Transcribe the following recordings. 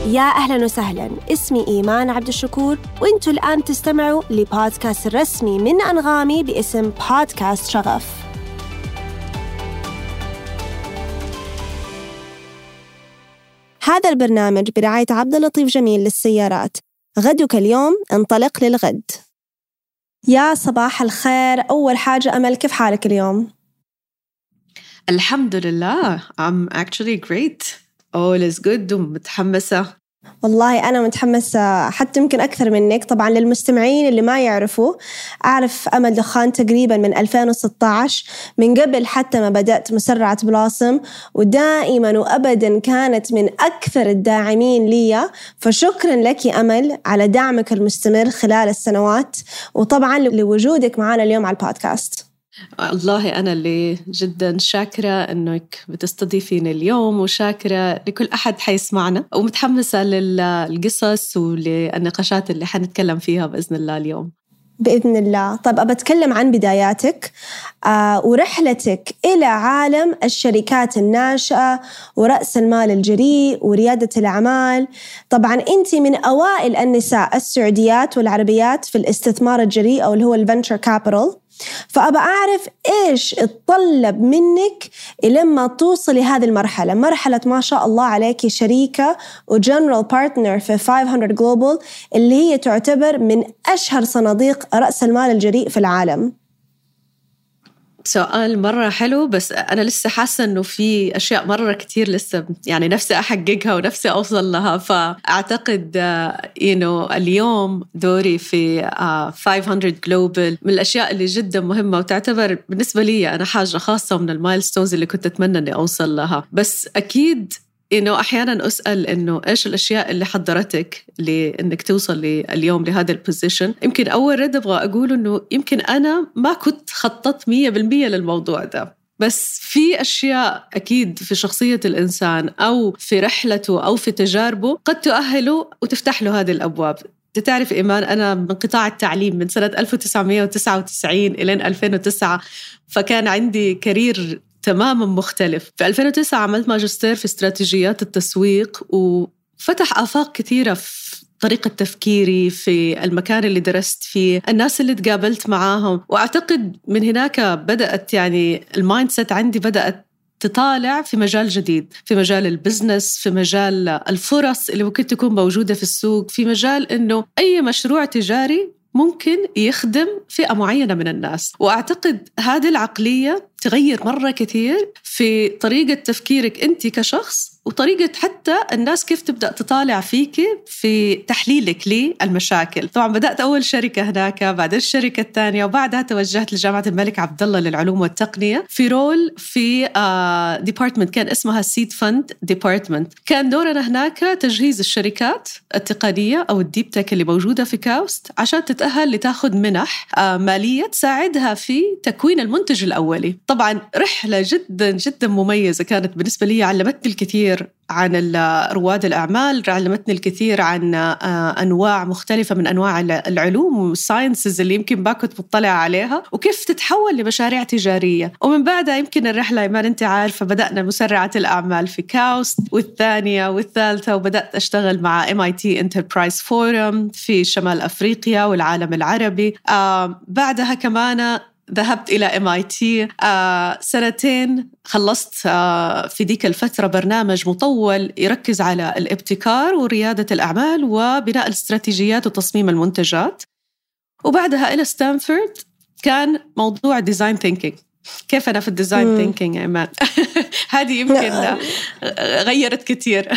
يا أهلاً وسهلاً، اسمي إيمان عبد الشكور وإنتوا الآن تستمعوا لبودكاست الرسمي من أنغامي باسم بودكاست شغف. هذا البرنامج برعاية عبد اللطيف جميل للسيارات. غدك اليوم، انطلق للغد. يا صباح الخير. أول حاجة أمل، كيف حالك اليوم؟ الحمد لله. I'm actually great. All is good ومتحمسة. والله أنا متحمسة حتى يمكن أكثر منك. طبعاً للمستمعين اللي ما يعرفوا، أعرف أمل دخان تقريباً من 2016، من قبل حتى ما بدأت مسرعة بلاسم، ودائماً وأبداً كانت من أكثر الداعمين لي. فشكراً لك يا أمل على دعمك المستمر خلال السنوات، وطبعاً لوجودك معنا اليوم على البودكاست. والله أنا اللي جداً شاكرة أنك بتستضيفيني اليوم، وشاكرة لكل أحد حيسمعنا، ومتحمسة للقصص وللنقاشات اللي حنتكلم فيها بإذن الله اليوم. بإذن الله. طيب أبى أتكلم عن بداياتك ورحلتك إلى عالم الشركات الناشئة ورأس المال الجريء وريادة الأعمال. طبعاً أنت من أوائل النساء السعوديات والعربيات في الاستثمار الجريء أو اللي هو الفنتشر كابيتال. فأبى أعرف إيش اتطلب منك لما توصلي هذه المرحلة، مرحلة ما شاء الله عليك شريكة وجنرال بارتنر في 500 جلوبال، اللي هي تعتبر من أشهر صناديق رأس المال الجريء في العالم. سؤال مرة حلو، بس أنا لسه حاسة أنه في أشياء مرة كتير لسه يعني نفسي أحققها ونفسي أوصل لها. فأعتقد اليوم دوري في 500 Global من الأشياء اللي جدا مهمة، وتعتبر بالنسبة لي أنا حاجة خاصة من المايلستونز اللي كنت أتمنى أني أوصل لها. بس أكيد أحياناً أسأل إنه إيش الأشياء اللي حضرتك لإنك توصل اليوم لهذا البوزيشن. يمكن أول رد أبغى أقول إنه يمكن أنا ما كنت خططت 100% للموضوع ده، بس في أشياء أكيد في شخصية الإنسان أو في رحلته أو في تجاربه قد تؤهله وتفتح له هذه الأبواب. تعرف إيمان، أنا من قطاع التعليم من سنة 1999 إلى 2009، فكان عندي كارير تماماً مختلف. في 2009 عملت ماجستير في استراتيجيات التسويق، وفتح آفاق كثيرة في طريقة تفكيري، في المكان اللي درست فيه، الناس اللي تقابلت معاهم. وأعتقد من هناك بدأت المايند سيت عندي بدأت تطالع في مجال جديد، في مجال البزنس، في مجال الفرص اللي ممكن تكون موجودة في السوق، في مجال إنه أي مشروع تجاري ممكن يخدم فئة معينة من الناس. وأعتقد هذه العقلية تغير مرة كثير في طريقة تفكيرك أنت كشخص، وطريقة حتى الناس كيف تبدأ تطالع فيك في تحليلك للمشاكل. طبعا بدأت أول شركة هناك، بعد الشركة الثانية، وبعدها توجهت لجامعة الملك عبدالله للعلوم والتقنية في رول في ديبارتمنت كان اسمها سيد فند ديبارتمنت. كان دورنا هناك تجهيز الشركات التقنية أو الديب تك اللي موجودة في كاوست عشان تتأهل لتاخذ منح مالية تساعدها في تكوين المنتج الأولي. طبعا رحلة جدا جدا مميزة كانت بالنسبة لي، علمتني الكثير عن رواد الأعمال، علمتني الكثير عن أنواع مختلفة من أنواع العلوم والساينسز اللي يمكن ما كنت مطلع عليها، وكيف تتحول لمشاريع تجارية. ومن بعدها يمكن الرحلة ما أنت عارفة، بدأنا مسرعة الأعمال في كاوست، والثانية والثالثة، وبدأت أشتغل مع MIT Enterprise Forum في شمال أفريقيا والعالم العربي. بعدها كمان ذهبت إلى MIT 2 خلصت في ذيك الفترة برنامج مطول يركز على الابتكار وريادة الأعمال وبناء الاستراتيجيات وتصميم المنتجات. وبعدها إلى ستانفورد كان موضوع ديزاين ثينكينج. كيف أنا في الديزاين ثينكينج يا إيمان؟ هذه يمكن غيرت كتير.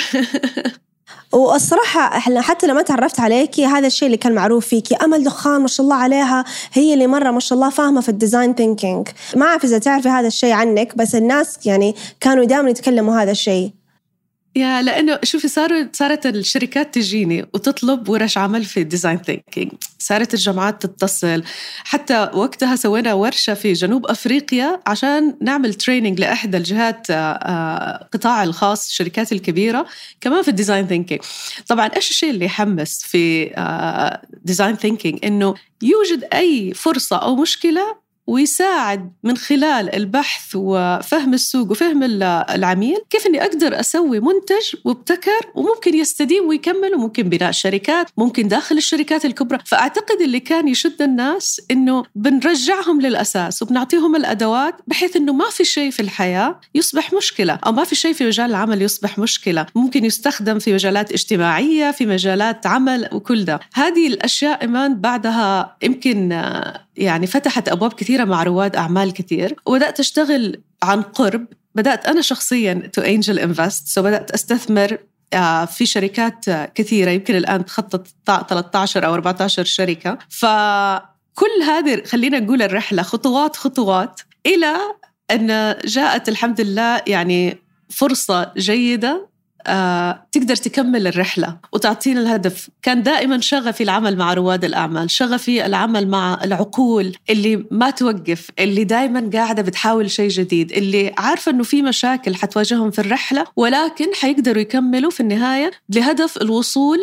والصراحة إحنا حتى لما تعرفت عليكي هذا الشيء اللي كان معروف فيكي، أمل دخان ما شاء الله عليها هي اللي مرة ما شاء الله فاهمة في الديزاين ثينكينج. ما أعرف إذا تعرفي هذا الشيء عنك، بس الناس كانوا دائما يتكلموا هذا الشيء. لأنه شوفي صارت الشركات تجيني وتطلب ورش عمل في ديزاين ثينكينج، صارت الجامعات تتصل. حتى وقتها سوينا ورشة في جنوب أفريقيا عشان نعمل تريننج لإحدى الجهات قطاع الخاص الشركات الكبيرة كمان في الديزاين ثينكينج. طبعا إيش الشيء اللي يحمس في ديزاين ثينكينج؟ إنه يوجد أي فرصة أو مشكلة ويساعد من خلال البحث وفهم السوق وفهم العميل كيف أني أقدر أسوي منتج مبتكر وممكن يستديم ويكمل، وممكن بناء شركات، ممكن داخل الشركات الكبرى. فأعتقد اللي كان يشد الناس إنه بنرجعهم للأساس وبنعطيهم الأدوات بحيث إنه ما في شيء في الحياة يصبح مشكلة، أو ما في شيء في مجال العمل يصبح مشكلة. ممكن يستخدم في مجالات اجتماعية، في مجالات عمل، وكل ده. هذه الأشياء إيمان بعدها يمكن يعني فتحت أبواب كثيرة مع رواد أعمال كثير، وبدأت أشتغل عن قرب. بدأت أنا شخصياً to angel invest، بدأت أستثمر في شركات كثيرة، يمكن الآن تخطط 13 أو 14 شركة. فكل هذه خلينا نقول الرحلة خطوات إلى أن جاءت الحمد لله يعني فرصة جيدة تقدر تكمل الرحلة وتعطينا الهدف. كان دائما شغفي العمل مع رواد الأعمال، شغفي العمل مع العقول اللي ما توقف، اللي دائما قاعدة بتحاول شيء جديد، اللي عارفة أنه في مشاكل حتواجههم في الرحلة ولكن حيقدروا يكملوا في النهاية لهدف الوصول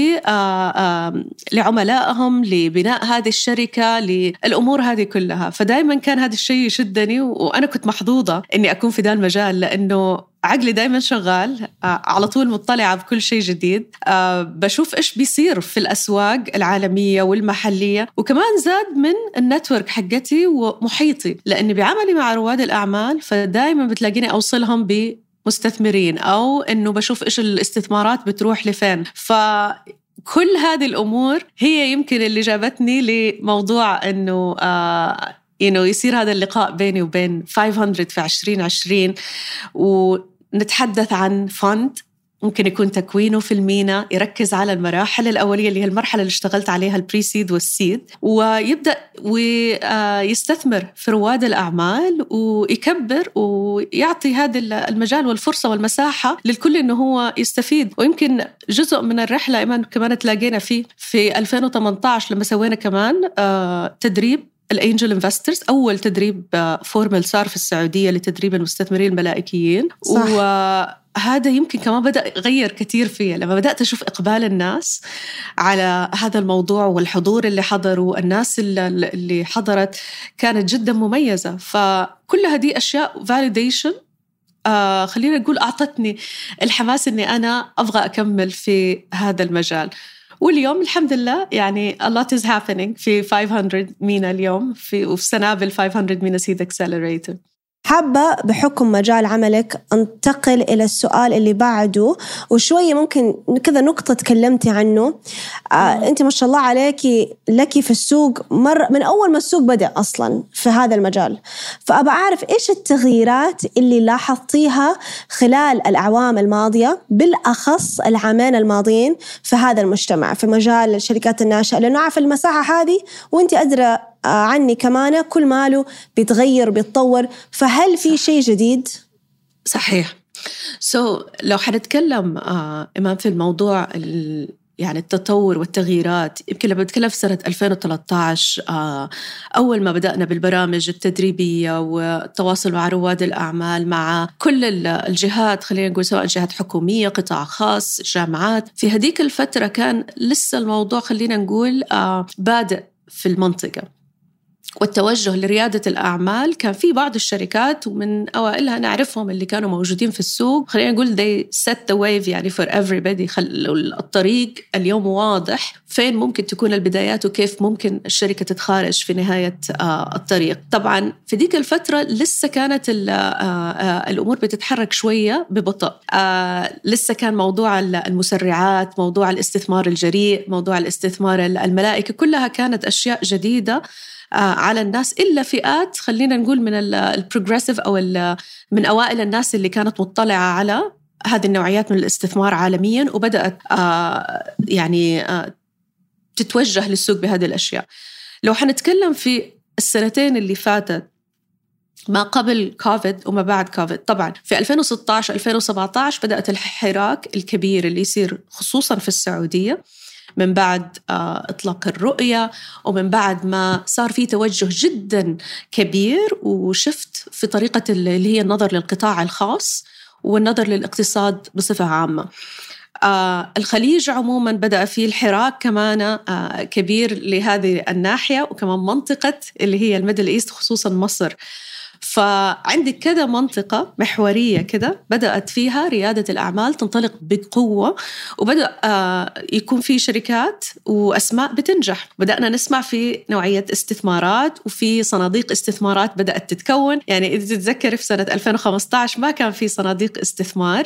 لعملائهم، لبناء هذه الشركة، للأمور هذه كلها. فدائما كان هذا الشيء يشدني، وأنا كنت محظوظة أني أكون في ذا المجال، لأنه عقلي دايما شغال، على طول مطلعة بكل شيء جديد، بشوف إيش بيصير في الأسواق العالمية والمحلية، وكمان زاد من النتورك حقتي ومحيطي، لأني بعملي مع رواد الأعمال فدايما بتلاقيني أوصلهم بمستثمرين، أو إنه بشوف إيش الاستثمارات بتروح لفين. فكل هذه الأمور هي يمكن اللي جابتني لموضوع إنه يصير هذا اللقاء بيني وبين 500 في 2020، ونتحدث عن فند ممكن يكون تكوينه في المينا يركز على المراحل الأولية اللي هي المرحلة اللي اشتغلت عليها البريسيد والسيد، ويبدأ ويستثمر في رواد الأعمال ويكبر ويعطي هذا المجال والفرصة والمساحة للكل إنه هو يستفيد. ويمكن جزء من الرحلة كمان تلاقينا فيه في 2018 لما سوينا كمان تدريب الانجل انفسترز، أول تدريب فورمال صار في السعودية لتدريب المستثمرين الملائكيين. وهذا يمكن كمان بدأ يغير كثير فيه لما بدأت أشوف إقبال الناس على هذا الموضوع، والحضور اللي حضروا، الناس اللي حضرت كانت جدا مميزة. فكل هذه أشياء validation خلينا نقول أعطتني الحماس إني أنا أبغى أكمل في هذا المجال. واليوم الحمد لله يعني a lot is happening في 500 مينا اليوم وفي سنابل 500 مينا سيد أكسلريتور. حابة بحكم مجال عملك انتقل إلى السؤال اللي بعده، وشوية ممكن كذا نقطة تكلمتي عنه. أنت ما شاء الله عليكي لك في السوق من أول ما السوق بدأ أصلا في هذا المجال، فأبى أعرف إيش التغييرات اللي لاحظتيها خلال الأعوام الماضية، بالأخص العامين الماضيين في هذا المجتمع في مجال الشركات الناشئة، لأنه عارف المساحة هذه وأنت أدرى عني كمان كل ماله بيتغير بيتطور. فهل في شيء جديد؟ صحيح. لو حنتكلم إمام في الموضوع يعني التطور والتغييرات، يمكن لما بتكلم في سنة 2013 أول ما بدأنا بالبرامج التدريبية والتواصل مع رواد الأعمال مع كل الجهات، خلينا نقول سواء جهات حكومية، قطاع خاص، جامعات، في هذيك الفترة كان لسه الموضوع خلينا نقول بادئ في المنطقة، والتوجه لريادة الأعمال كان في بعض الشركات ومن أوائلها نعرفهم اللي كانوا موجودين في السوق، خلينا نقول they set the wave يعني for everybody، خلوا الطريق اليوم واضح فين ممكن تكون البدايات وكيف ممكن الشركة تتخارج في نهاية الطريق. طبعا في ديك الفترة لسه كانت الأمور بتتحرك شوية ببطء، لسه كان موضوع المسرعات، موضوع الاستثمار الجريء، موضوع الاستثمار الملائكي، كلها كانت أشياء جديدة على الناس، إلا فئات خلينا نقول من البروجريسيف أو من أوائل الناس اللي كانت مطلعة على هذه النوعيات من الاستثمار عالميا، وبدأت يعني تتوجه للسوق بهذه الأشياء. لو حنتكلم في السنتين اللي فاتت ما قبل كوفيد وما بعد كوفيد، طبعا في 2016-2017 بدأت الحراك الكبير اللي يصير خصوصا في السعودية من بعد إطلاق الرؤية، ومن بعد ما صار في توجه جدا كبير وشفت في طريقة اللي هي النظر للقطاع الخاص والنظر للاقتصاد بصفة عامة. الخليج عموما بدأ فيه الحراك كمان كبير لهذه الناحية، وكمان منطقة اللي هي الميدل إيست خصوصا مصر. فعندك كذا منطقة محورية كده بدأت فيها ريادة الأعمال تنطلق بقوة، وبدأ يكون في شركات وأسماء بتنجح. بدأنا نسمع في نوعية استثمارات، وفي صناديق استثمارات بدأت تتكون. يعني إذا تتذكر في سنة 2015 ما كان في صناديق استثمار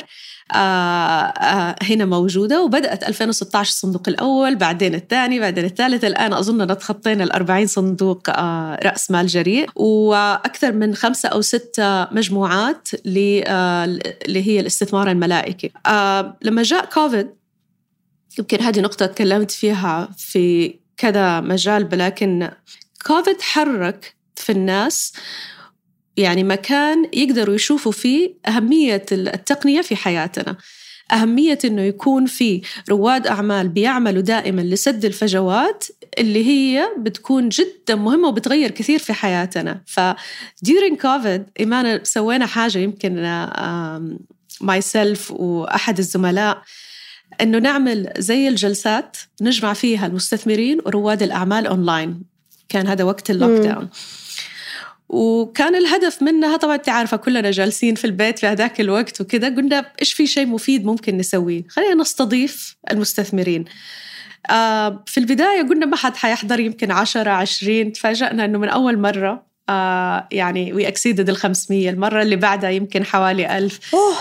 هنا موجودة، وبدأت 2016 الصندوق الأول، بعدين الثاني، بعدين الثالث. الآن أظننا تخطينا 40 صندوق رأس مال جريء، وأكثر من 5 أو 6 مجموعات اللي هي الاستثمار الملائكي. لما جاء كوفيد، يمكن هذه نقطة تكلمت فيها في كذا مجال، لكن كوفيد حرك في الناس يعني مكان يقدروا يشوفوا فيه أهمية التقنية في حياتنا، أهمية إنه يكون في رواد أعمال بيعملوا دائما لسد الفجوات اللي هي بتكون جدا مهمة وبتغير كثير في حياتنا. during COVID إيمان سوينا حاجة، يمكن myself وأحد الزملاء، إنه نعمل زي الجلسات نجمع فيها المستثمرين ورواد الأعمال أونلاين. كان هذا وقت اللوك داون، وكان الهدف منها طبعا تعرفة كلنا جالسين في البيت في هذاك الوقت وكذا، قلنا إيش في شيء مفيد ممكن نسويه، خلينا نستضيف المستثمرين. في البداية قلنا ما حد حيحضر، يمكن 10-20. تفاجأنا أنه من أول مرة يعني we exceeded 500. المرة اللي بعدها يمكن حوالي 1000.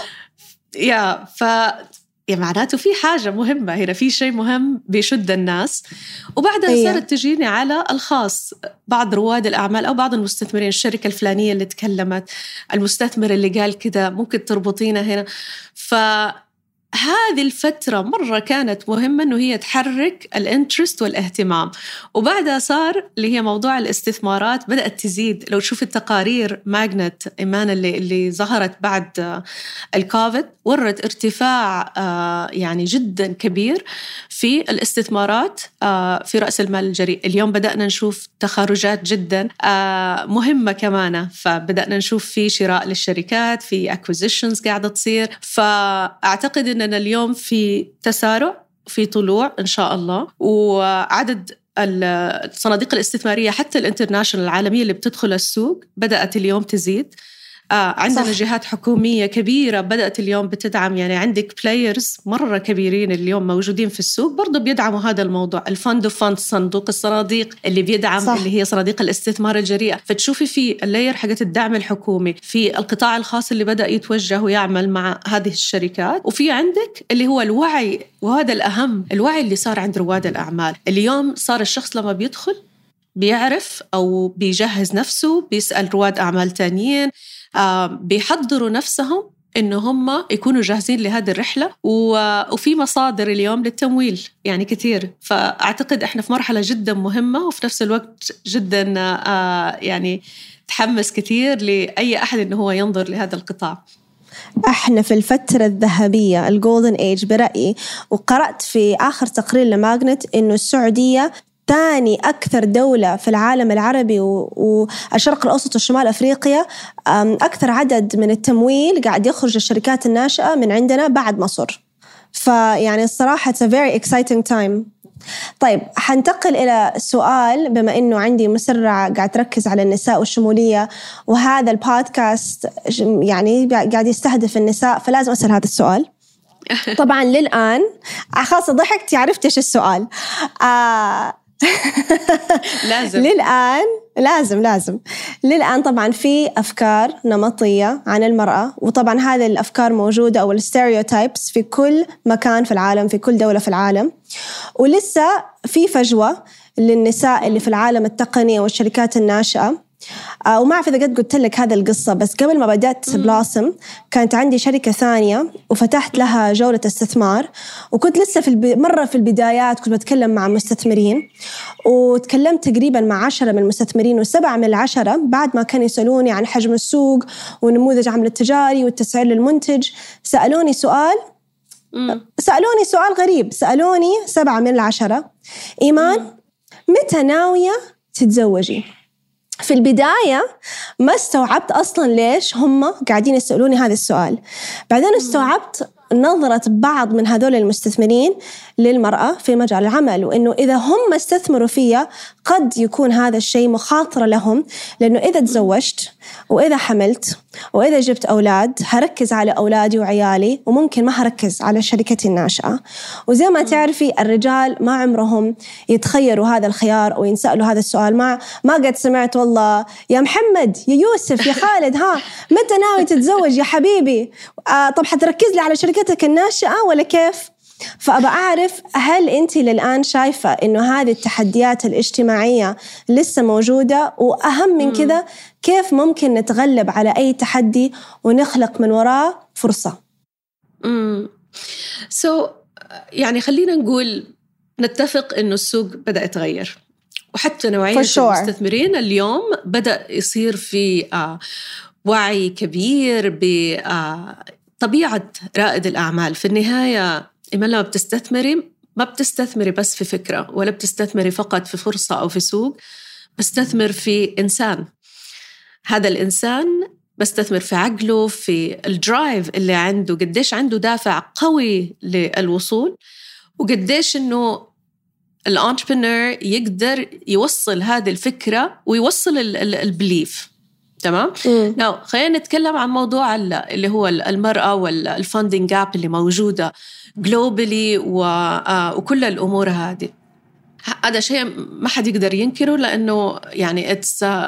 معناته في حاجة مهمة هنا، في شيء مهم بيشد الناس. وبعدها صارت تجيني على الخاص بعض رواد الأعمال أو بعض المستثمرين، الشركة الفلانية اللي تكلمت، المستثمر اللي قال كده ممكن تربطينا هنا. هذه الفترة مرة كانت مهمة إنه هي تحرك الانترست والاهتمام. وبعدها صار اللي هي موضوع الاستثمارات بدأت تزيد. لو تشوف التقارير ماجنت إيمان اللي ظهرت بعد الكوفيد، ورت ارتفاع يعني جدا كبير في الاستثمارات في رأس المال الجريء. اليوم بدأنا نشوف تخارجات جدا مهمة كمان، فبدأنا نشوف في شراء للشركات، في acquisitions قاعدة تصير. فأعتقد أننا اليوم في تسارع، في طلوع إن شاء الله، وعدد الصناديق الاستثمارية حتى الانترناشنال العالمية اللي بتدخل السوق بدأت اليوم تزيد. عندنا صح. جهات حكومية كبيرة بدأت اليوم بتدعم، يعني عندك بلايرز مرة كبيرين اليوم موجودين في السوق برضو بيدعموا هذا الموضوع. الفند فند، صندوق الصناديق اللي بيدعم صح. اللي هي صناديق الاستثمار الجريئة. فتشوفي في اللاير حقت الدعم الحكومي، في القطاع الخاص اللي بدأ يتوجه ويعمل مع هذه الشركات، وفي عندك اللي هو الوعي، وهذا الأهم، الوعي اللي صار عند رواد الأعمال. اليوم صار الشخص لما بيدخل بيعرف أو بيجهز نفسه، بيسأل رواد أعمال تانيين، بيحضروا نفسهم إنه هم يكونوا جاهزين لهذه الرحلة. وفي مصادر اليوم للتمويل يعني كثير. فأعتقد إحنا في مرحلة جدا مهمة، وفي نفس الوقت جدا يعني تحمس كثير لأي أحد إنه هو ينظر لهذا القطاع. احنا في الفترة الذهبية الجولدن ايج برأيي. وقرأت في آخر تقرير لماجنت إنه السعودية ثاني أكثر دولة في العالم العربي والشرق الأوسط وشمال أفريقيا، أكثر عدد من التمويل قاعد يخرج للشركات الناشئة من عندنا بعد مصر. فيعني الصراحة it's a very exciting time. طيب حنتقل إلى سؤال، بما إنه عندي مسرعة قاعد تركز على النساء والشمولية، وهذا البودكاست يعني قاعد يستهدف النساء، فلازم أسأل هذا السؤال. طبعا للآن خاصة ضحكتي عرفت إيش السؤال. لازم للآن طبعا في أفكار نمطية عن المرأة، وطبعا هذه الأفكار موجودة أو الستيريوتايبس في كل مكان في العالم، في كل دولة في العالم. ولسه في فجوة للنساء اللي في العالم التقني والشركات الناشئة. وما أعرف إذا قد قلت لك هذا القصة، بس قبل ما بدأت بلاسم كانت عندي شركة ثانية وفتحت لها جولة استثمار، وكنت لسه مرة في البدايات كنت بتكلم مع مستثمرين، وتكلمت تقريبا مع 10 من المستثمرين، و7 من 10 بعد ما كانوا يسألوني عن حجم السوق ونموذج عمل التجاري والتسعير للمنتج سألوني سؤال غريب. سألوني 7 من 10 إيمان متى ناوية تتزوجي؟ في البداية ما استوعبت أصلاً ليش هم قاعدين يسألوني هذا السؤال. بعدين استوعبت نظرة بعض من هذول المستثمرين للمرأة في مجال العمل، وإنه إذا هم استثمروا فيها قد يكون هذا الشيء مخاطرة لهم، لأنه إذا تزوجت وإذا حملت وإذا جبت أولاد هركز على أولادي وعيالي، وممكن ما هركز على شركتي الناشئة. وزي ما تعرفي الرجال ما عمرهم يتخيروا هذا الخيار أو ينسألوا هذا السؤال. ما قد سمعت والله يا محمد يا يوسف يا خالد ها متى ناوي تتزوج يا حبيبي؟ طب حتركز لي على شركتك الناشئة ولا كيف؟ فأبى أعرف هل أنت للآن شايفة إنه هذه التحديات الاجتماعية لسه موجودة؟ وأهم من كذا كيف ممكن نتغلب على أي تحدي ونخلق من وراه فرصة؟ يعني خلينا نقول نتفق إنه السوق بدأ يتغير، وحتى نوعية المستثمرين اليوم بدأ يصير في وعي كبير بطبيعة رائد الأعمال. في النهاية لما بتستثمري ما بتستثمري بس في فكرة ولا بتستثمري فقط في فرصة أو في سوق، بستثمر في إنسان. هذا الإنسان بستثمر في عقله، في الدرايف اللي عنده، قديش عنده دافع قوي للوصول، وقديش إنه الانتربرنور يقدر يوصل هذه الفكرة ويوصل البليف. تمام؟ خلينا نتكلم عن موضوع اللي هو المرأة والفاندينج جاب اللي موجودة جلوبالي وكل الأمور هذه. هذا شيء ما حد يقدر ينكره، لأنه يعني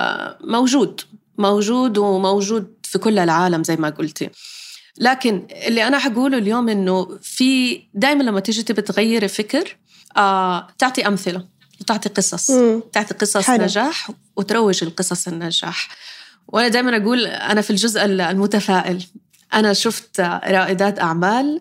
موجود في كل العالم زي ما قلتي. لكن اللي أنا حقوله اليوم إنه في دائما لما تيجي تبي تغير فكر تعطي أمثلة وتعطي قصص، تعطي قصص نجاح وتروج القصص النجاح. وأنا دائما أقول أنا في الجزء المتفائل، أنا شفت رائدات أعمال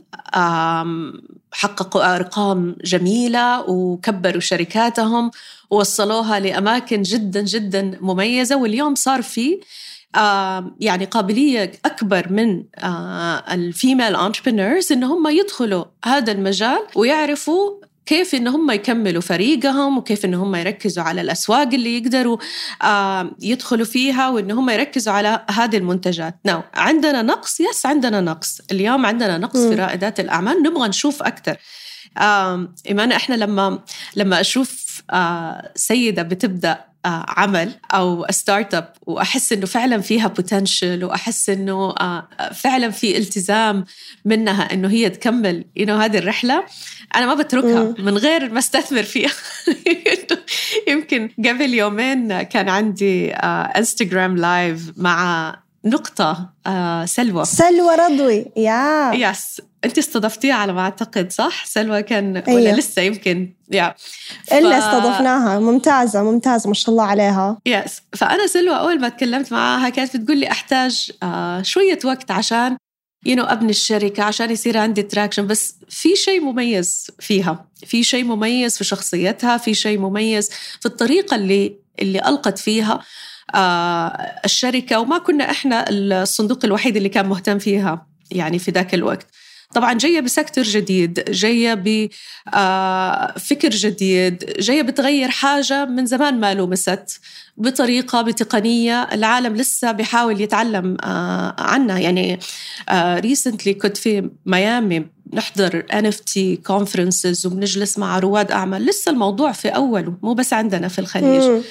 حققوا أرقام جميلة وكبروا شركاتهم ووصلوها لأماكن جدا جدا مميزة، واليوم صار في يعني قابلية أكبر من الفيميل انتربرنورز إن هم يدخلوا هذا المجال ويعرفوا كيف إن هم يكملوا فريقهم، وكيف إن هم يركزوا على الأسواق اللي يقدروا يدخلوا فيها، وإن هم يركزوا على هذه المنتجات. عندنا نقص، عندنا نقص اليوم، عندنا نقص في رائدات الأعمال، نبغى نشوف أكتر. إيمان إحنا لما أشوف سيدة بتبدأ عمل أو ستارت اب وأحس إنه فعلا فيها بوتنشل، وأحس إنه فعلا في التزام منها إنه هي تكمل هذه الرحلة، أنا ما بتركها من غير ما استثمر فيها. يمكن قبل يومين كان عندي انستغرام لايف مع نقطة سلوى رضوي. يس أنت استضفتيها على ما أعتقد، صح؟ سلوى كان ولا لسه؟ يمكن إلا استضفناها. ممتازة ما شاء الله عليها. يس. فأنا سلوى أول ما تكلمت معها كانت بتقول لي أحتاج شوية وقت عشان أبني الشركة، عشان يصير عندي تراكشن. بس في شيء مميز فيها، في شيء مميز في شخصيتها، في شيء مميز في الطريقة اللي ألقت فيها الشركة. وما كنا إحنا الصندوق الوحيد اللي كان مهتم فيها يعني في ذاك الوقت. طبعاً جاية بسكتر جديد، جاية بفكر جديد، جاية بتغير حاجة من زمان ما لمست بطريقة بتقنية العالم لسه بيحاول يتعلم عنها. يعني recently كنت في ميامي نحضر NFT conferences وبنجلس مع رواد أعمال، لسه الموضوع في أوله، مو بس عندنا في الخليج.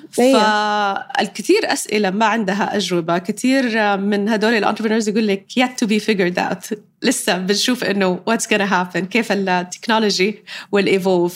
فالكثير أسئلة ما عندها أجوبة. كثير من هدول الانتربرنورز يقول لك yet to be figured out، لسه بنشوف إنه what's gonna happen، كيف التكنولوجي will evolve.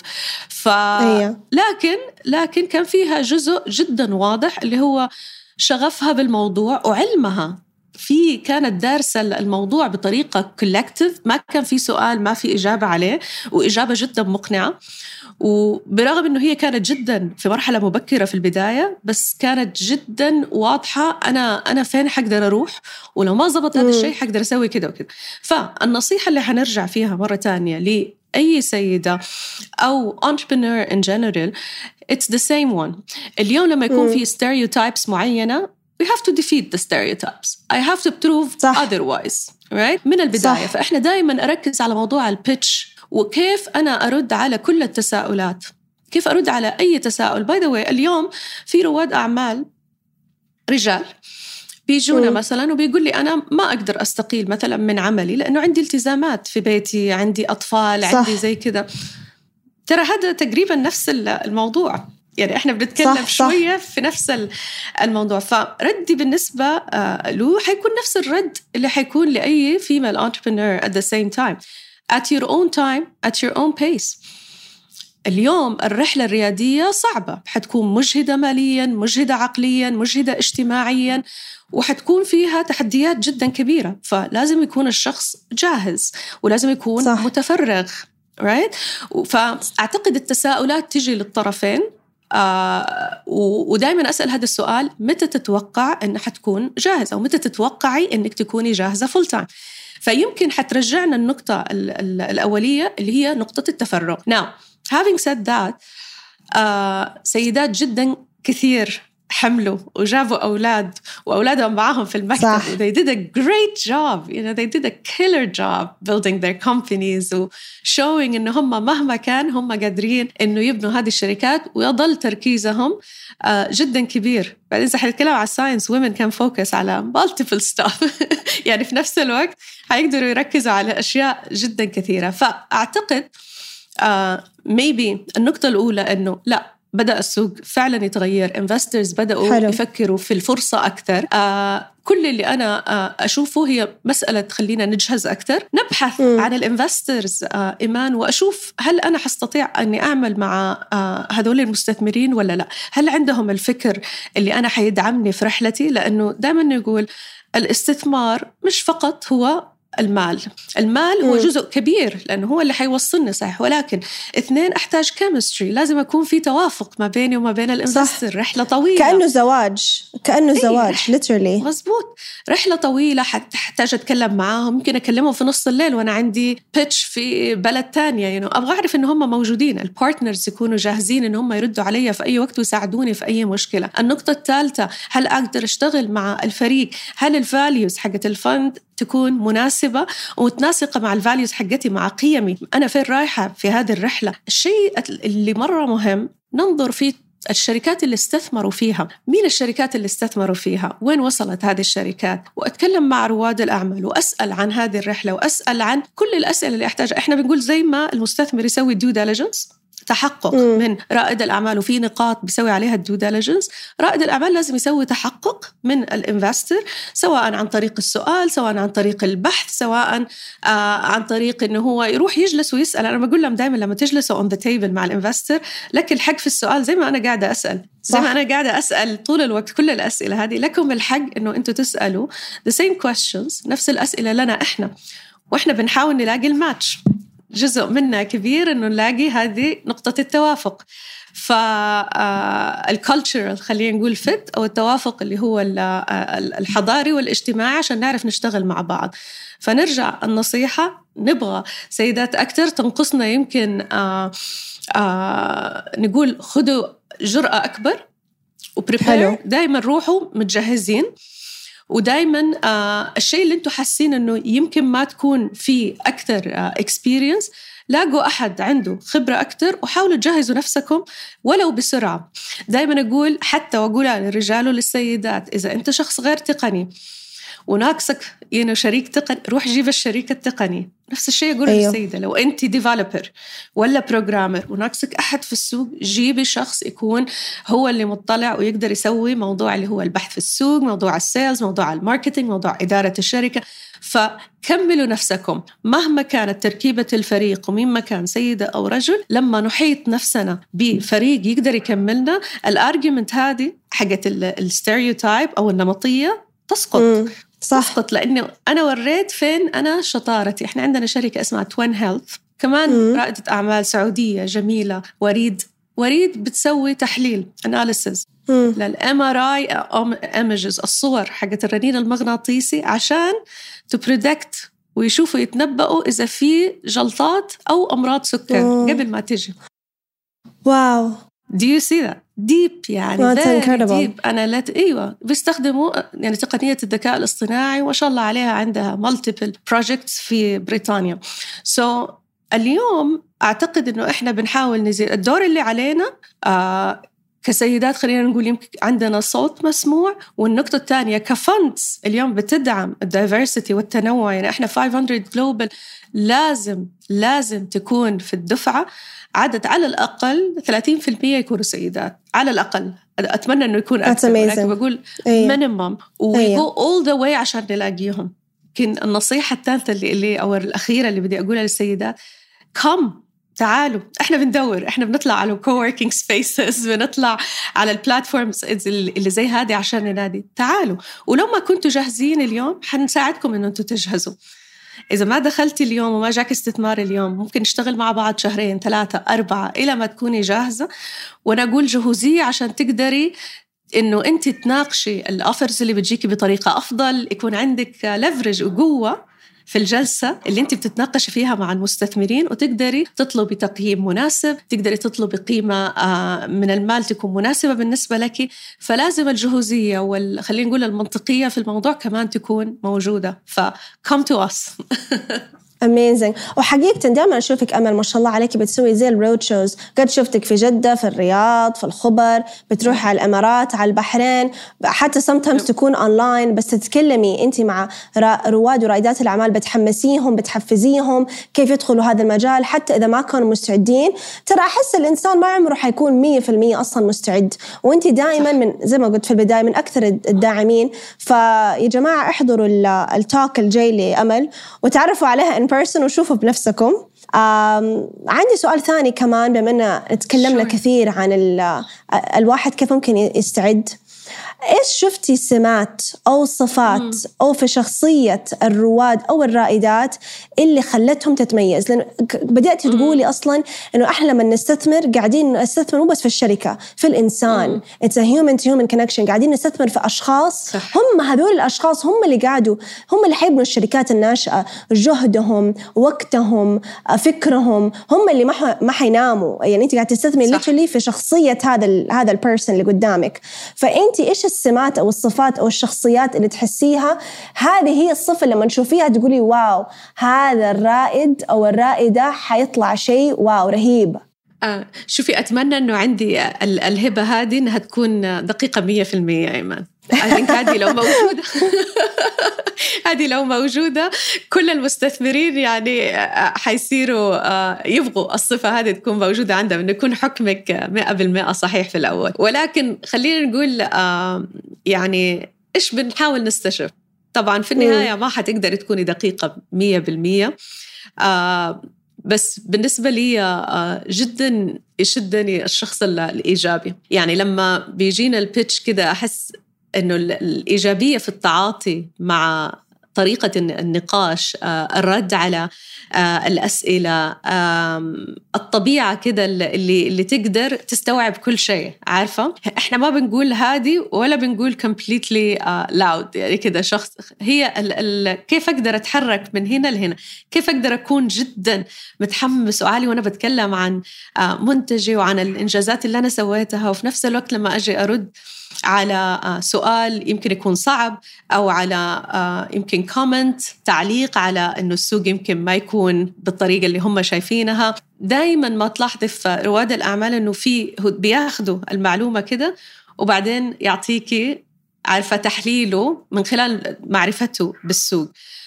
لكن كان فيها جزء جدا واضح اللي هو شغفها بالموضوع وعلمها كانت دارسة الموضوع بطريقة كولكتيف، ما كان في سؤال ما في إجابة عليه، وإجابة جدا مقنعة. وبرغم أنه هي كانت جدا في مرحلة مبكرة في البداية، بس كانت جدا واضحة أنا فين حقدر أروح، ولو ما زبط هذا الشيء حقدر أسوي كده وكده. فالنصيحة اللي حنرجع فيها مرة تانية لأي سيدة أو entrepreneur in general, it's the same one. اليوم لما يكون في stereotypes معينة, we have to defeat the stereotypes. I have to prove otherwise, right? من البداية. فإحنا دائما أركز على موضوع البيتش، وكيف أنا أرد على كل التساؤلات، كيف أرد على أي تساؤل. by the way اليوم في رواد أعمال رجال بيجونا مثلا وبيقول لي أنا ما أقدر أستقيل مثلا من عملي لأنه عندي التزامات في بيتي، عندي أطفال، صح. عندي زي كده. ترى هذا تقريبا نفس الموضوع، يعني إحنا بنتكلم صح. شوية في نفس الموضوع. فردي بالنسبة له حيكون نفس الرد اللي حيكون لأي female entrepreneur at the same time, at your own time, at your own pace. اليوم الرحلة الريادية صعبة، حتكون مجهدة مالياً، مجهدة عقلياً، مجهدة اجتماعياً، وحتكون فيها تحديات جداً كبيرة. فلازم يكون الشخص جاهز ولازم يكون صح. متفرغ. right؟ فأعتقد التساؤلات تجي للطرفين. ودائما أسأل هذا السؤال: متى تتوقع أن حتكون جاهزة، أو متى تتوقعي أنك تكوني جاهزة فول تايم؟ فيمكن حترجعنا النقطة الأولية اللي هي نقطة التفرغ. Now, having said that, سيدات جدا كثير حملوا وجابوا أولاد وأولادهم معاهم في المكتب. صح. They did a great job, you know, they did a killer job building their companies و showing إنه هم مهما كان هم قادرين إنه يبنوا هذه الشركات، ويظل تركيزهم جدا كبير. بعدين إذا حنتكلم على science, women can focus على multiple stuff يعني في نفس الوقت هيقدروا يركزوا على أشياء جدا كثيرة. فأعتقد maybe النقطة الأولى إنه لا، بدأ السوق فعلا يتغير، investors بدأوا حلو. يفكروا في الفرصة أكثر. كل اللي أنا أشوفه هي مسألة خلينا نجهز أكثر، نبحث عن الانفسترز إيمان، وأشوف هل أنا حستطيع أني أعمل مع هذول المستثمرين ولا لا، هل عندهم الفكر اللي أنا حيدعمني في رحلتي. لأنه دائما نقول الاستثمار مش فقط هو المال هو جزء كبير لأنه هو اللي حيوصلني صحيح، ولكن اثنين أحتاج كيمستري، لازم يكون في توافق ما بيني وما بين الانفستر. رحلة طويلة، كأنه زواج literally. مزبوط، رحلة طويلة، حتحتاج أتكلم معاهم، ممكن أكلمهم في نص الليل وأنا عندي بيتش في بلد تانية، أبغى أعرف إن هم موجودين، البارتنرز يكونوا جاهزين إن هم يردوا علي في أي وقت ويساعدوني في أي مشكلة. النقطة الثالثة: هل أقدر أشتغل مع الفريق؟ هل الفاليوز حقت الفند تكون مناسبة ومتناسقة مع الفاليوز حقتي، مع قيمي، أنا فين رايحة في هذه الرحلة؟ الشيء اللي مرة مهم ننظر فيه الشركات اللي استثمروا فيها، مين الشركات اللي استثمروا فيها، وين وصلت هذه الشركات، وأتكلم مع رواد الأعمال وأسأل عن هذه الرحلة وأسأل عن كل الأسئلة اللي أحتاجها. إحنا بنقول زي ما المستثمر يسوي due diligence، تحقق من رائد الأعمال، وفي نقاط بيسوي عليها الديو ديليجنس، رائد الأعمال لازم يسوي تحقق من الانفستر، سواء عن طريق السؤال، سواء عن طريق البحث، سواء عن طريق إنه هو يروح يجلس ويسأل. أنا بقول لهم دائما لما تجلسوا on the table مع الانفستر لك الحق في السؤال، زي ما أنا قاعدة أسأل، زي ما أنا قاعدة أسأل طول الوقت. كل الأسئلة هذه لكم الحق إنه أنتوا تسألوا the same questions، نفس الأسئلة لنا إحنا، وإحنا بنحاول نلاقي الماتش. جزء منا كبير إنه نلاقي هذه نقطة التوافق. فالكالتشرال خلينا نقول فت، أو التوافق اللي هو الحضاري والاجتماعي، عشان نعرف نشتغل مع بعض. فنرجع النصيحة: نبغى سيدات أكتر، تنقصنا يمكن نقول خذوا جرأة أكبر وبريبير، دايما روحوا متجهزين، ودايما الشيء اللي انتم حاسين انه يمكن ما تكون فيه اكثر اكسبيرينس، لاقوا احد عنده خبره اكثر وحاولوا تجهزوا نفسكم ولو بسرعه. دايما اقول، حتى واقولها للرجال وللسيدات، اذا انت شخص غير تقني وناقصك شريك تقني، روح جيب الشريك التقني. نفس الشيء أقول للسيدة، لو أنت ديفلوبر ولا بروجرامر وناقصك أحد في السوق، جيبي شخص يكون هو اللي مطلع ويقدر يسوي موضوع اللي هو البحث في السوق، موضوع السيلز، موضوع الماركتينج، موضوع إدارة الشركة. فكملوا نفسكم مهما كانت تركيبة الفريق، ومما كان سيدة أو رجل، لما نحيط نفسنا بفريق يقدر يكملنا، الارجيومنت هذه حقت الستيريوتايب أو النمطية تسقط. لأنه أنا وريت فين أنا شطارتي. إحنا عندنا شركة اسمها توين هيلث، كمان رائدة أعمال سعودية جميلة، وريد بتسوي تحليل analysis للMRI images، الصور حقت الرنين المغناطيسي، عشان to predict ويشوفوا يتنبؤوا إذا في جلطات أو أمراض سكر قبل ما تيجي. واو، do you see that deep؟ يعني deep. أنا بيستخدموا يعني تقنية الذكاء الاصطناعي، وما شاء الله عليها، عندها multiple projects في بريطانيا. اليوم أعتقد إنه إحنا بنحاول نزيد الدور اللي علينا، كسيدات خلينا نقول يمكن عندنا صوت مسموع. والنقطة الثانية كفندز اليوم بتدعم الدايفرسيتي والتنوع. يعني إحنا 500 جلوبال لازم تكون في الدفعة عدد على الأقل 30% يكونوا سيدات على الأقل. أتمنى إنه يكون أكثر، لكن بقول minimum ويقو all the way عشان نلاقيهم. لكن النصيحة الثالثة اللي أو الأخيرة اللي بدي أقولها للسيدات، تعالوا، إحنا بندور، إحنا بنطلع على coworking spaces، بنطلع على البلاتفورمز اللي زي هذه عشان ننادي تعالوا. ولو ما كنتوا جاهزين اليوم حنساعدكم إنه أنتوا تجهزوا. إذا ما دخلتي اليوم وما جاك استثمار اليوم، ممكن نشتغل مع بعض 2 3 4 إلى ما تكوني جاهزة. وأنا أقول جهوزية عشان تقدري إنه أنت تناقشي الأوفرز اللي بتجيكي بطريقة أفضل، يكون عندك ليفرج وقوة في الجلسة اللي أنت بتتناقشي فيها مع المستثمرين، وتقدري تطلبي تقييم مناسب، تقدري تطلبي قيمة من المال تكون مناسبة بالنسبة لك. فلازم الجهوزية خلينا نقول المنطقية في الموضوع كمان تكون موجودة. come to us. amazing. وحقيقة دائما أشوفك أمل ما شاء الله عليك بتسوي زي الرود شوز. قد شفتك في جدة، في الرياض، في الخبر، بتروح على الإمارات، على البحرين، حتى sometimes تكون أونلاين، بس تتكلمي أنت مع رواد ورائدات الأعمال، بتحمسيهم، بتحفزيهم كيف يدخلوا هذا المجال حتى إذا ما كانوا مستعدين. ترى أحس الإنسان ما عمره حيكون 100% أصلا مستعد، وأنت دائما من زي ما قلت في البداية من أكثر الداعمين. فيا جماعة احضروا التوك الجاي لأمل وتعرفوا عليها person وشوفوا بنفسكم. عندي سؤال ثاني كمان، بما أننا تكلمنا كثير عن الواحد كيف ممكن يستعد. إيش شفتي سمات أو صفات أو في شخصية الرواد أو الرائدات اللي خلتهم تتميز؟ لأن بدأت تقولي أصلاً إنه إحنا لما نستثمر قاعدين نستثمر مو بس في الشركة، في الإنسان. It's a human to human connection. قاعدين نستثمر في أشخاص، هم هذول الأشخاص هم اللي حيبنوا الشركات الناشئة. جهدهم، وقتهم، فكرهم، هم اللي ما حيناموا. يعني أنت قاعد تستثمر literally في شخصية هذا البيرسون اللي قدامك. فأنت إيش السمات أو الصفات أو الشخصيات اللي تحسيها هذه هي الصفة لما نشوفيها تقولي واو هذا الرائد أو الرائدة حيطلع شيء واو رهيب؟ شوفي، أتمنى أنه عندي الهبة هذه أنها تكون دقيقة 100% أيمن. هذه لو موجودة هذه لو موجودة كل المستثمرين يعني حيصيروا يبغوا الصفة هذه تكون موجودة عندهم، إنه يكون حكمك 100% صحيح في الأول. ولكن خلينا نقول يعني إيش بنحاول نستشف. طبعا في النهاية ما حتقدري تكوني دقيقة 100%. بس بالنسبة لي جدا يشدني الشخص الإيجابي. يعني لما بيجينا البيتش كده أحس إنه الإيجابية في التعاطي مع طريقة النقاش، الرد على الأسئلة، الطبيعة كده اللي تقدر تستوعب كل شيء. عارفة إحنا ما بنقول هادي ولا بنقول completely loud. يعني كده شخص هي كيف أقدر أتحرك من هنا لهنا، كيف أقدر أكون جدا متحمس وعالي وأنا بتكلم عن منتجي وعن الإنجازات اللي أنا سويتها، وفي نفس الوقت لما أجي أرد على سؤال يمكن يكون صعب، أو على يمكن كومنت، تعليق على إنه السوق يمكن ما يكون بالطريقة اللي هم شايفينها. دايما ما تلاحظي في رواد الأعمال إنه بياخدوا المعلومة كده وبعدين يعطيكي عارفة تحليله من خلال معرفته بالسوق.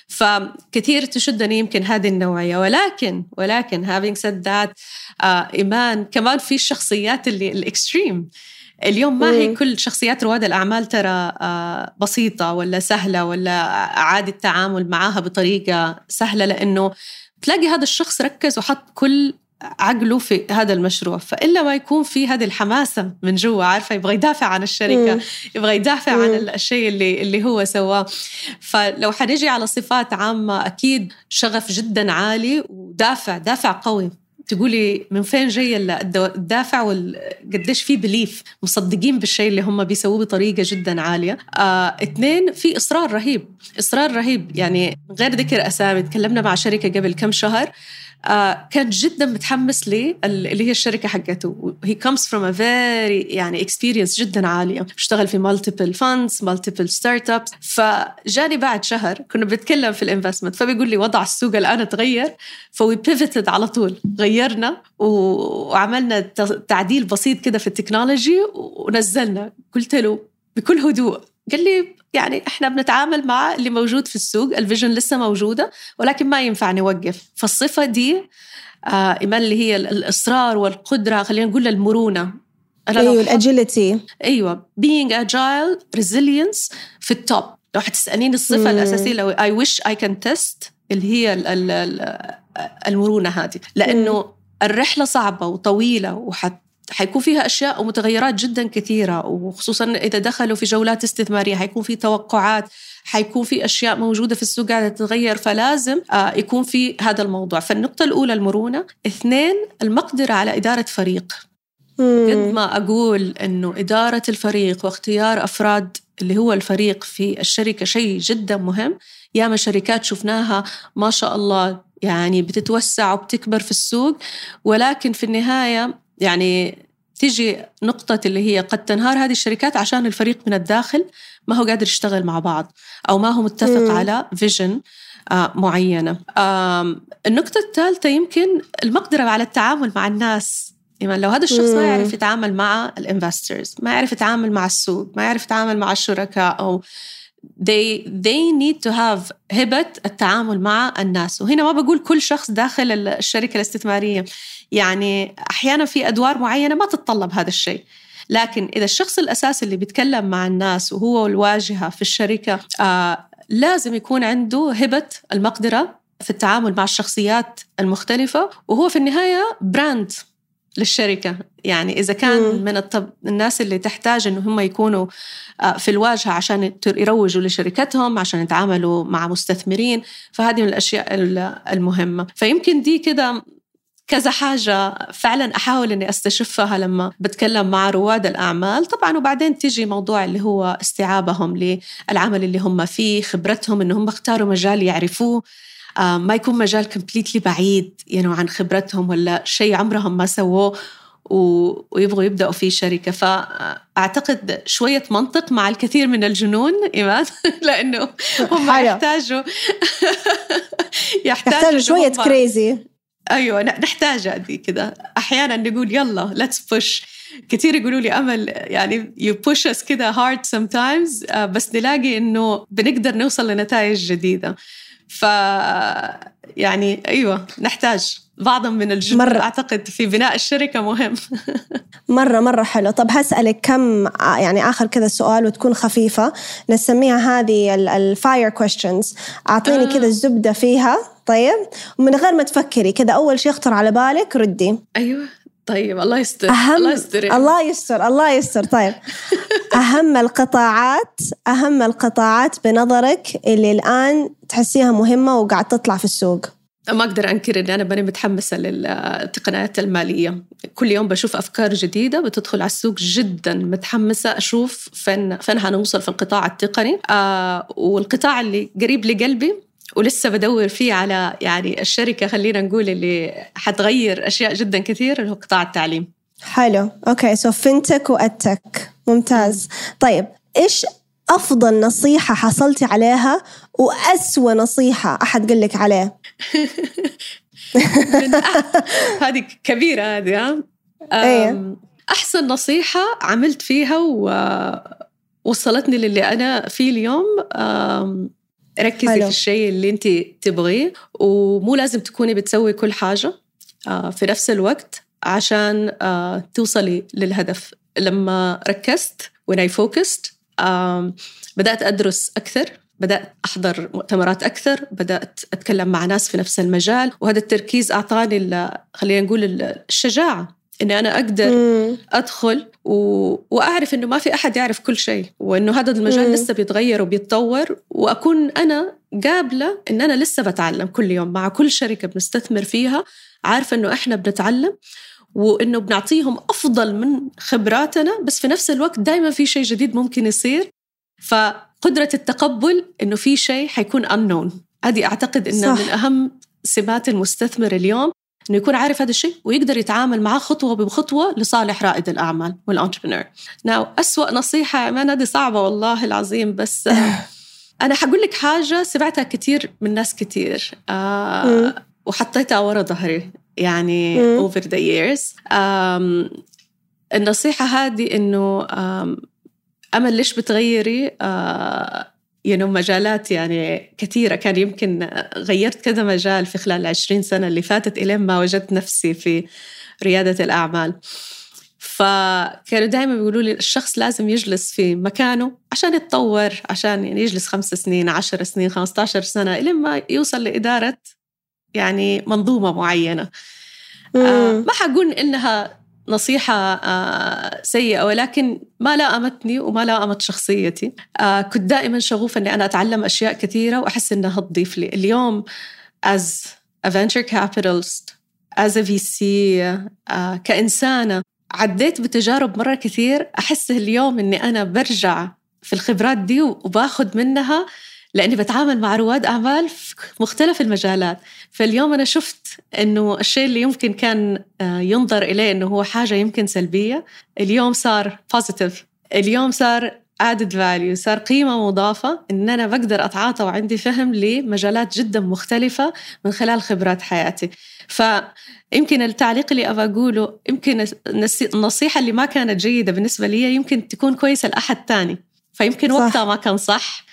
فكثير تشدني يمكن هذه النوعية. ولكن having said that إيمان كمان في الشخصيات اللي الإكستريم. اليوم ما هي كل شخصيات رواد الأعمال ترى بسيطة ولا سهلة ولا عادي التعامل معها بطريقة سهلة، لأنه تلاقي هذا الشخص ركز وحط كل عقله في هذا المشروع، فإلا ما يكون في هذه الحماسة من جوا. عارفة يبغى يدافع عن الشركة، يبغى يدافع عن الشيء اللي هو سواه. فلو حنيجي على صفات عامة، أكيد شغف جدا عالي ودافع قوي. تقولي من فين جاي الدافع وقديش فيه بليف، مصدقين بالشيء اللي هم بيسووه بطريقة جدا عالية. 2 في إصرار رهيب. يعني غير ذكر أسامي، تكلمنا مع شركة قبل كم شهر كان جدا متحمس لي اللي هي الشركة حقته. he comes from a very يعني experience جدا عالية، اشتغل في multiple funds multiple startups. فجاني بعد شهر كنا بنتكلم في الانفستمنت، فبيقول لي وضع السوق الآن تغير، فوي بيفتد على طول، غيرنا وعملنا تعديل بسيط كده في التكنولوجي ونزلنا. قلت له بكل هدوء، قال لي يعني إحنا بنتعامل مع اللي موجود في السوق، الفيجن لسه موجودة ولكن ما ينفع نوقف. فالصفة دي إيمان اللي هي الإصرار والقدرة، خلينا نقول المرونة. أيوة الأجيلتي. أيوة being agile resilience في التوب. لو حتسأليني الصفة الأساسية لو I wish I can test اللي هي المرونة هذه، لأنه الرحلة صعبة وطويلة حيكون فيها أشياء ومتغيرات جدا كثيرة، وخصوصا إذا دخلوا في جولات استثمارية حيكون في توقعات، حيكون في أشياء موجودة في السوق قاعدة تتغير، فلازم يكون في هذا الموضوع. فالنقطة الأولى المرونة. 2 المقدرة على إدارة فريق. قد ما أقول أنه إدارة الفريق واختيار أفراد اللي هو الفريق في الشركة شيء جدا مهم. ياما شركات شفناها ما شاء الله يعني بتتوسع وبتكبر في السوق، ولكن في النهاية يعني تيجي نقطة اللي هي قد تنهار هذه الشركات عشان الفريق من الداخل ما هو قادر يشتغل مع بعض أو ما هو متفق على فيجن معينة. النقطة الثالثة يمكن المقدرة على التعامل مع الناس. يعني لو هذا الشخص ما يعرف يتعامل مع الانفسترز، ما يعرف يتعامل مع السوق، ما يعرف يتعامل مع الشركاء، أو they need to have هبة التعامل مع الناس. وهنا ما بقول كل شخص داخل الشركة الاستثمارية، يعني أحيانا في أدوار معينة ما تتطلب هذا الشيء، لكن إذا الشخص الأساسي اللي بيتكلم مع الناس وهو الواجهة في الشركة لازم يكون عنده هبة المقدرة في التعامل مع الشخصيات المختلفة، وهو في النهاية براند للشركة. يعني إذا كان من الناس اللي تحتاج إنه هم يكونوا في الواجهة عشان يروجوا لشركتهم، عشان يتعاملوا مع مستثمرين، فهذه من الأشياء المهمة. فيمكن دي كده كذا حاجة فعلا أحاول إني أستشفها لما بتكلم مع رواد الأعمال طبعا. وبعدين تيجي موضوع اللي هو استيعابهم للعمل اللي هم فيه، خبرتهم إنهم اختاروا مجال يعرفوه، ما يكون مجال completely بعيد يعني عن خبرتهم ولا شيء عمرهم ما سووه ويبغوا يبدأوا فيه شركة. فأعتقد شوية منطق مع الكثير من الجنون إيمان لأنه هم يحتاجوا شوية كريزي. أيوة نحتاج هذه كده. أحيانا نقول يلا let's push. كتير يقولوا لي أمل يعني you push us كده hard sometimes، بس نلاقي إنه بنقدر نوصل لنتائج جديدة. يعني أيوة نحتاج بعضا من الجنون أعتقد في بناء الشركة مهم. مرة حلو. طب هسألك كم يعني آخر كذا سؤال وتكون خفيفة، نسميها هذه الفاير questions. أعطيني كذا الزبدة فيها طيب، ومن غير ما تفكري كذا أول شيء يخطر على بالك ردي. أيوة طيب الله يستر. الله يستر. طيب أهم القطاعات بنظرك اللي الآن تحسيها مهمة وقاعد تطلع في السوق؟ ما أقدر أنكر أن أنا بني متحمسة للتقنيات المالية. كل يوم بشوف أفكار جديدة بتدخل على السوق، جدا متحمسة أشوف فين هنوصل في القطاع التقني. والقطاع اللي قريب لقلبي ولسه بدور فيه على يعني الشركة خلينا نقول اللي حتغير أشياء جدا كثير، اللي هو قطاع التعليم. حلو أوكي. سو فينتك وأدتك ممتاز. طيب إيش أفضل نصيحة حصلتي عليها وأسوأ نصيحة أحد قال لك عليه؟ هذه كبيرة هذه. أحسن نصيحة عملت فيها ووصلتني للي أنا فيه اليوم، ركزي في الشيء اللي أنت تبغيه، ومو لازم تكوني بتسوي كل حاجة في نفس الوقت عشان توصلي للهدف. لما ركزت when I focused بدأت أدرس أكثر، بدأت أحضر مؤتمرات أكثر، بدأت أتكلم مع ناس في نفس المجال، وهذا التركيز أعطاني خلينا نقول الشجاعة إني أنا أقدر أدخل وأعرف إنه ما في أحد يعرف كل شيء، وإنه هذا المجال لسه بيتغير وبيتطور، وأكون أنا قابلة إن أنا لسه بتعلم كل يوم مع كل شركة بنستثمر فيها، عارفة إنه إحنا بنتعلم وإنه بنعطيهم أفضل من خبراتنا، بس في نفس الوقت دايما في شيء جديد ممكن يصير. فقدرة التقبل إنه في شيء حيكون unknown، هذه أعتقد إنه من أهم سمات المستثمر اليوم، إنه يكون عارف هذا الشيء ويقدر يتعامل معه خطوة بخطوة لصالح رائد الأعمال والانتربرنور. أسوأ نصيحة ما هذه صعبة والله العظيم، بس أنا حقول لك حاجة سمعتها كتير من ناس كتير. وحطيتها ورا ظهري يعني over the years. النصيحة هذه إنه أمل ليش بتغيري مجالات يعني كثيرة. كان يمكن غيرت كذا مجال في خلال 20 سنة اللي فاتت إلين ما وجدت نفسي في ريادة الأعمال. فكانوا دائما بيقولوا لي الشخص لازم يجلس في مكانه عشان يتطور، عشان يعني يجلس 5 سنين 10 سنين 15 سنة إلين ما يوصل لإدارة يعني منظومة معينة. ما حقول إنها نصيحة سيئة، ولكن ما لائمتني وما لائمت شخصيتي. كنت دائما شغوفة أني أنا أتعلم أشياء كثيرة وأحس أنها تضيف لي. اليوم as a venture capitalist, as a VC, كإنسانة عديت بتجارب مرة كثير، أحس اليوم أني أنا برجع في الخبرات دي وباخد منها، لأني بتعامل مع رواد أعمال في مختلف المجالات. فاليوم أنا شفت أنه الشيء اللي يمكن كان ينظر إليه أنه هو حاجة يمكن سلبية، اليوم صار positive، اليوم صار added value، صار قيمة مضافة، أن أنا بقدر أتعاطى وعندي فهم لمجالات جدا مختلفة من خلال خبرات حياتي. فيمكن التعليق اللي أبغى أقوله، يمكن النصيحة اللي ما كانت جيدة بالنسبة لي يمكن تكون كويسة لأحد تاني، فيمكن وقتها ما كان صح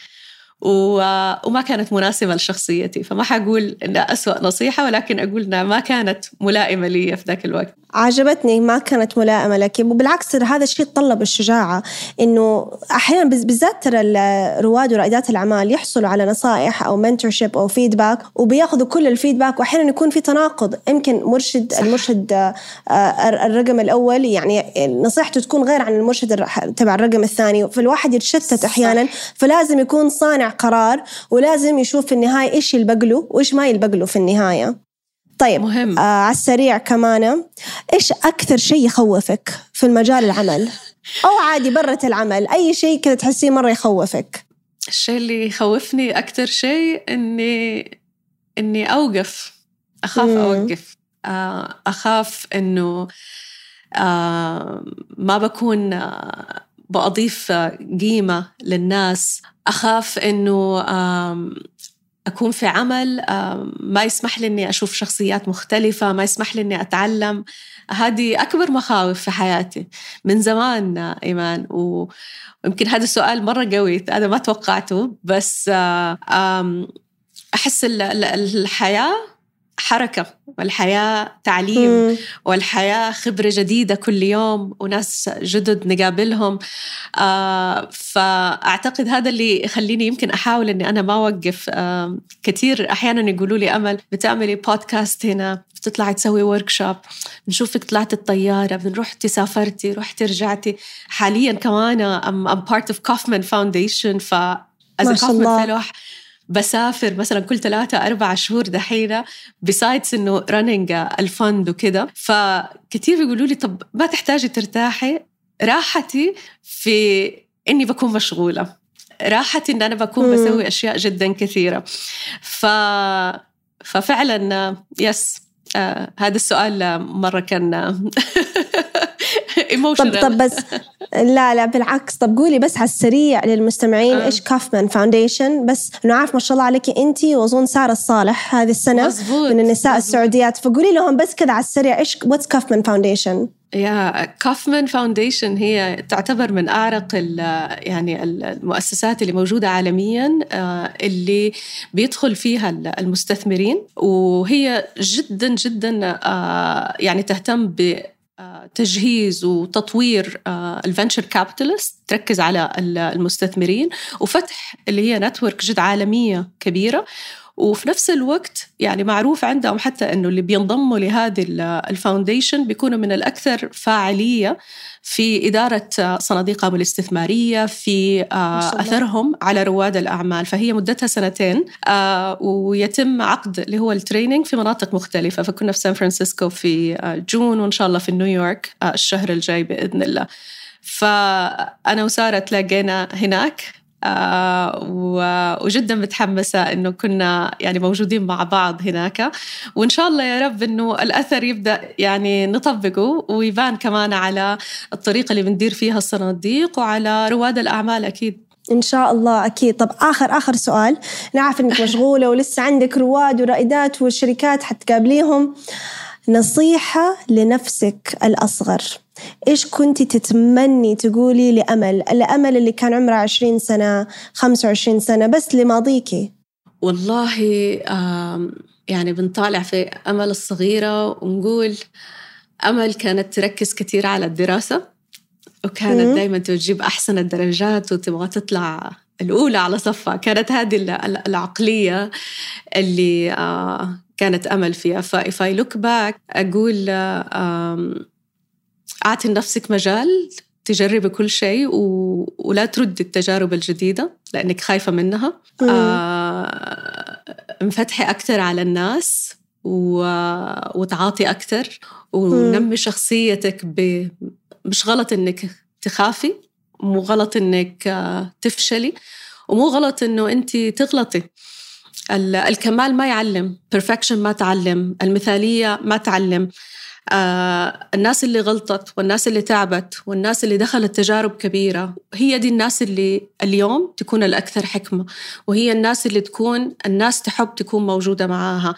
وما كانت مناسبة لشخصيتي. فما حقول إنها أسوأ نصيحة، ولكن أقول إنها ما كانت ملائمة لي في ذاك الوقت. عجبتني ما كانت ملائمة لك، وبالعكس هذا الشيء تطلب الشجاعة. إنه أحيانا بالذات ترى الرواد ورائدات الأعمال يحصلوا على نصائح أو منتورشيب أو فيدباك، وبياخذوا كل الفيدباك، وأحيانا يكون في تناقض. يمكن المرشد الرقم الأول يعني نصيحته تكون غير عن المرشد تبع الرقم الثاني، فالواحد يتشتت أحيانا. فلازم يكون صانع قرار، ولازم يشوف في النهاية إيش يلبقله وإيش ما يلبقله في النهاية. طيب مهم. على السريع كمان، إيش أكثر شيء يخوفك في المجال العمل أو عادي برة العمل؟ أي شيء كده تحسيه مرة يخوفك؟ الشيء اللي يخوفني أكثر شيء إني أوقف، أخاف أوقف، أخاف إنه ما بكون بأضيف قيمة للناس، أخاف إنه أكون في عمل ما يسمح لي إني أشوف شخصيات مختلفة، ما يسمح لي إني أتعلم. هذه أكبر مخاوف في حياتي من زمان إيمان. ويمكن هذا السؤال مرة قوي، أنا ما توقعته، بس أحس الحياة حركة، والحياة تعليم، والحياة خبرة جديدة كل يوم، وناس جدد نقابلهم. فأعتقد هذا اللي يخليني يمكن أحاول أني أنا ما أوقف. كثير أحيانا يقولوا لي أمل بتعملي بودكاست هنا، بتطلعي تسوي وركشوب، نشوفك طلعت الطيارة، بنروح سافرتي، رحتي رجعتي. حاليا كمان I'm part of Kaufman Foundation، as a Kaufman Fellow بسافر مثلا كل 3-4 شهور دحين، besides إنه running الفند وكده. فكتير يقولوا لي طب ما تحتاجي ترتاحي؟ راحتي في إني بكون مشغولة، راحتي إن أنا بكون بسوي أشياء جدا كثيرة. ففعلا يس، هذا السؤال مرة كان طب بس لا بالعكس. طب قولي بس على السريع للمستمعين إيش كافمان فاونديشن، بس إنه عارف ما شاء الله عليك أنتي وأظن سارة الصالح هذه السنة مزبوط. من النساء السعوديات، فقولي لهم بس كده على السريع إيش what's كافمان فاونديشن. يا كافمان فاونديشن هي تعتبر من أعرق يعني المؤسسات اللي موجودة عالميا اللي بيدخل فيها المستثمرين، وهي جدا جدا يعني تهتم بتجهيز وتطوير الفنتشر كابيتالست، تركز على المستثمرين وفتح اللي هي نتورك جد عالمية كبيرة. وفي نفس الوقت يعني معروف عندهم حتى أنه اللي بينضموا لهذه الفاونديشن بيكونوا من الأكثر فاعلية في إدارة صناديقهم الاستثمارية، في أثرهم على رواد الأعمال. فهي مدتها 2 ويتم عقد اللي هو التريننج في مناطق مختلفة. فكنا في سان فرانسيسكو في جون، وإن شاء الله في نيويورك الشهر الجاي بإذن الله. فأنا وسارة تلاقينا هناك وجدا متحمسة إنه كنا يعني موجودين مع بعض هناك، وإن شاء الله يا رب إنه الأثر يبدأ يعني نطبقه ويبان كمان على الطريقة اللي بندير فيها الصناديق وعلى رواد الأعمال أكيد. إن شاء الله أكيد. طب آخر سؤال، نعرف إنك مشغولة ولسه عندك رواد ورائدات والشركات حتقابليهم، نصيحة لنفسك الأصغر، إيش كنتي تتمني تقولي الأمل اللي كان عمره 20 سنة 25 سنة بس لماضيكي؟ والله يعني بنطالع في أمل الصغيرة ونقول أمل كانت تركز كتير على الدراسة، وكانت دايما تجيب أحسن الدرجات وتبغى تطلع الأولى على صفها. كانت هذه العقلية اللي كانت أمل فيها. if I look back أقول أعطي لنفسك مجال تجربي كل شيء ولا ترد التجارب الجديدة لأنك خايفة منها. انفتحي أكتر على الناس وتعاطي أكتر ونمي شخصيتك. مش غلط إنك تخافي، مو غلط إنك تفشلي، ومو غلط إنه أنت تغلطي. الكمال ما يعلم، perfection ما تعلم، المثالية ما تعلم. الناس اللي غلطت والناس اللي تعبت والناس اللي دخلت تجارب كبيرة هي دي الناس اللي اليوم تكون الأكثر حكمة، وهي الناس اللي تكون الناس تحب تكون موجودة معاها.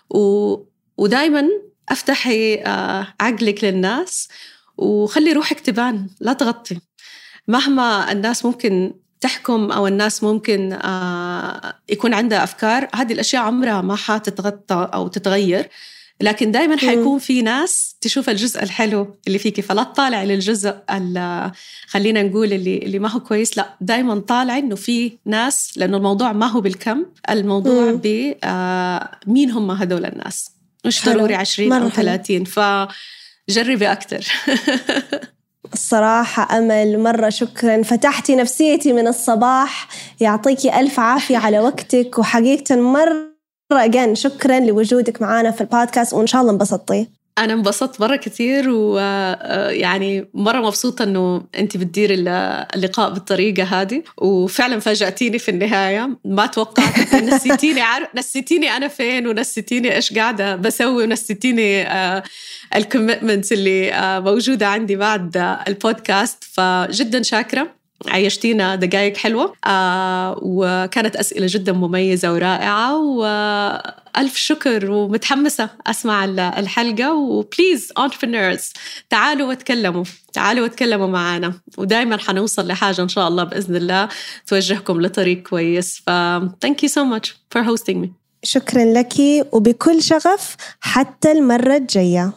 ودايما أفتحي عقلك للناس وخلي روحك تبان، لا تغطي. مهما الناس ممكن تحكم أو الناس ممكن يكون عندها أفكار، هذه الأشياء عمرها ما حتتغطى أو تتغير، لكن دايما حيكون في ناس تشوف الجزء الحلو اللي فيكي. فلا تطالع للجزء خلينا نقول اللي ما هو كويس، لا دايما طالع إنه في ناس، لأنه الموضوع ما هو بالكم، الموضوع بمين هم هدول الناس. مش ضروري 20 أو 30، فجربي أكتر. الصراحة أمل مرة شكرا، فتحتي نفسيتي من الصباح، يعطيكي ألف عافية على وقتك، وحقيقة مرة شكرا لوجودك معنا في البودكاست، وإن شاء الله انبسطتي. أنا انبسطت مرة كتير، ويعني مرة مبسوطة أنه أنت بتدير اللقاء بالطريقة هذه، وفعلا فاجأتيني في النهاية. ما توقعت، نسيتيني أنا فين، ونسيتيني إيش قاعدة بسوي، ونسيتيني الكوميتمنتس اللي موجودة عندي بعد البودكاست. فجدا شاكرة، عيشتينا دقائق حلوة، وكانت أسئلة جدا مميزة ورائعة، وألف شكر، ومتحمسة أسمع الحلقة. وبليز entrepreneurs تعالوا واتكلموا معنا، ودايما حنوصل لحاجة إن شاء الله بإذن الله توجهكم لطريق كويس. thank you so much for hosting me. شكرا لك، وبكل شغف حتى المرة الجاية.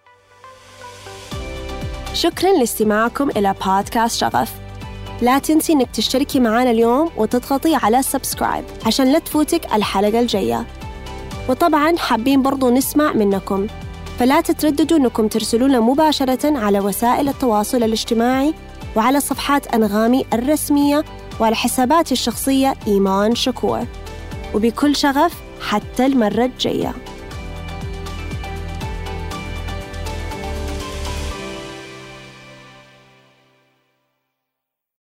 شكرا لاستماعكم إلى بودكاست شغف. لا تنسي إنك تشتركي معنا اليوم وتضغطي على سبسكرايب عشان لا تفوتك الحلقة الجاية. وطبعاً حابين برضو نسمع منكم، فلا تترددوا إنكم ترسلونا مباشرة على وسائل التواصل الاجتماعي وعلى صفحات أنغامي الرسمية وعلى حساباتي الشخصية إيمان شكور. وبكل شغف حتى المرة الجاية.